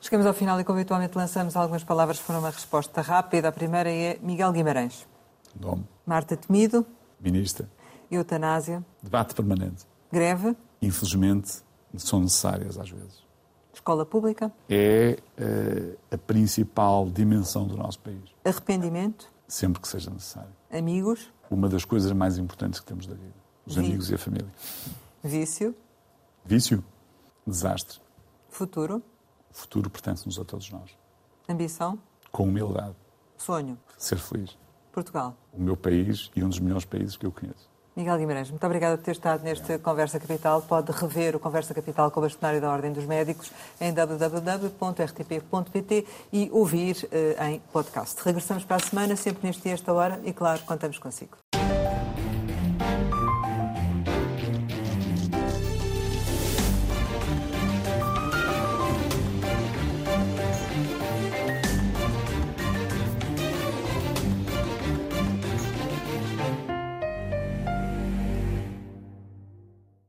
Chegamos ao final e, como habitualmente, lançamos algumas palavras para uma resposta rápida. A primeira é Miguel Guimarães. Nome. Marta Temido. Ministra. Eutanásia. Debate permanente. Greve. Infelizmente, são necessárias às vezes. Escola pública. É uh, a principal dimensão do nosso país. Arrependimento. Sempre que seja necessário. Amigos. Uma das coisas mais importantes que temos da vida. Os Vi... amigos e a família. Vício. Vício. Desastre. Futuro. O futuro pertence-nos a todos nós. Ambição. Com humildade. Sonho. Ser feliz. Portugal. O meu país e um dos melhores países que eu conheço. Miguel Guimarães, muito obrigada por ter estado neste Conversa Capital. Pode rever o Conversa Capital com o bastonário da Ordem dos Médicos em w w w ponto r t p ponto p t e ouvir uh, em podcast. Regressamos para a semana, sempre neste dia, esta hora, e claro, contamos consigo.